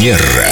Манера.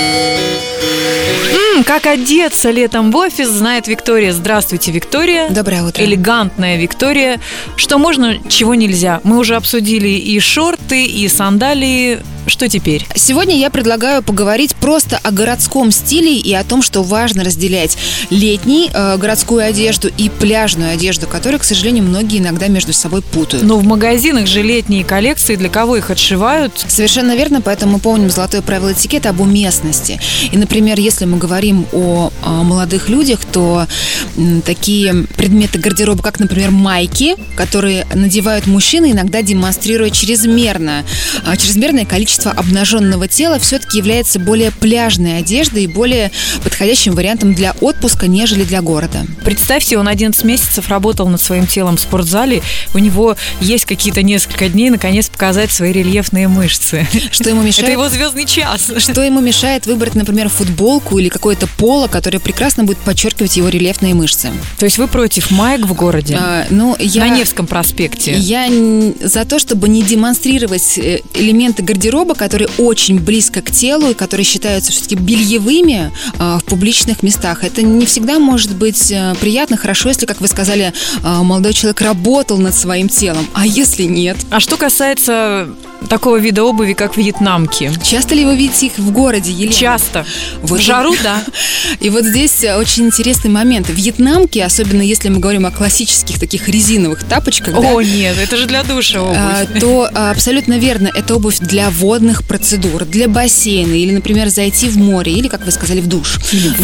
Как одеться летом в офис, знает Виктория. Здравствуйте, Виктория. Доброе утро. Элегантная Виктория. Что можно, чего нельзя. Мы уже обсудили и шорты, и сандалии. Что теперь? Сегодня я предлагаю поговорить просто о городском стиле и о том, что важно разделять летнюю городскую одежду и пляжную одежду, которую, к сожалению, многие иногда между собой путают. Но в магазинах же летние коллекции, для кого их отшивают? Совершенно верно, поэтому мы помним золотое правило этикета об уместности. И, например, если мы говорим о молодых людях, то такие предметы гардероба, как, например, майки, которые надевают мужчины, иногда демонстрируя чрезмерное количество обнаженного тела, все-таки является более пляжной одеждой и более подходящим вариантом для отпуска, нежели для города. Представьте, он 11 месяцев работал над своим телом в спортзале, у него есть какие-то несколько дней, наконец, показать свои рельефные мышцы. Что ему мешает? Это его звездный час. Что ему мешает выбрать, например, футболку или какое-то поло, которое прекрасно будет подчеркивать его рельефные мышцы? То есть вы против маек в городе? На Невском проспекте? Я за то, чтобы не демонстрировать элементы гардероба, которые очень близко к телу и которые считаются все-таки бельевыми в публичных местах. Это не всегда может быть приятно, хорошо, если, как вы сказали, молодой человек работал над своим телом. А если нет? А что касается такого вида обуви, как вьетнамки? Часто ли вы видите их в городе, Елена? Часто. Вот. В жару, да. И вот здесь очень интересный момент. Вьетнамки, особенно если мы говорим о классических таких резиновых тапочках, О, нет, это же для душа обувь. То абсолютно верно, это обувь для водных процедур, для бассейна или, например, зайти в море, или, как вы сказали, в душ.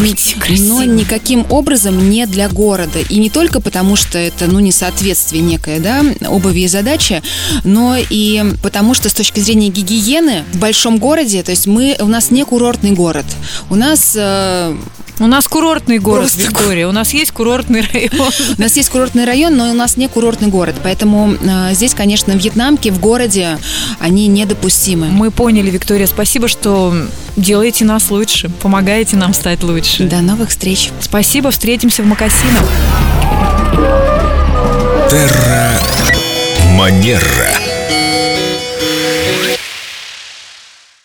Но никаким образом не для города. И не только потому, что это, несоответствие некое, обуви и задачи, но и потому, что с точки зрения гигиены в большом городе, то есть у нас не курортный город, у нас курортный город, Виктория. У нас есть курортный район. У нас есть курортный район, но у нас не курортный город. Поэтому здесь, конечно, вьетнамки в городе, они недопустимы. Мы поняли, Виктория. Спасибо, что делаете нас лучше, помогаете нам стать лучше. До новых встреч. Спасибо, встретимся в Мокасинах. Терра Манера.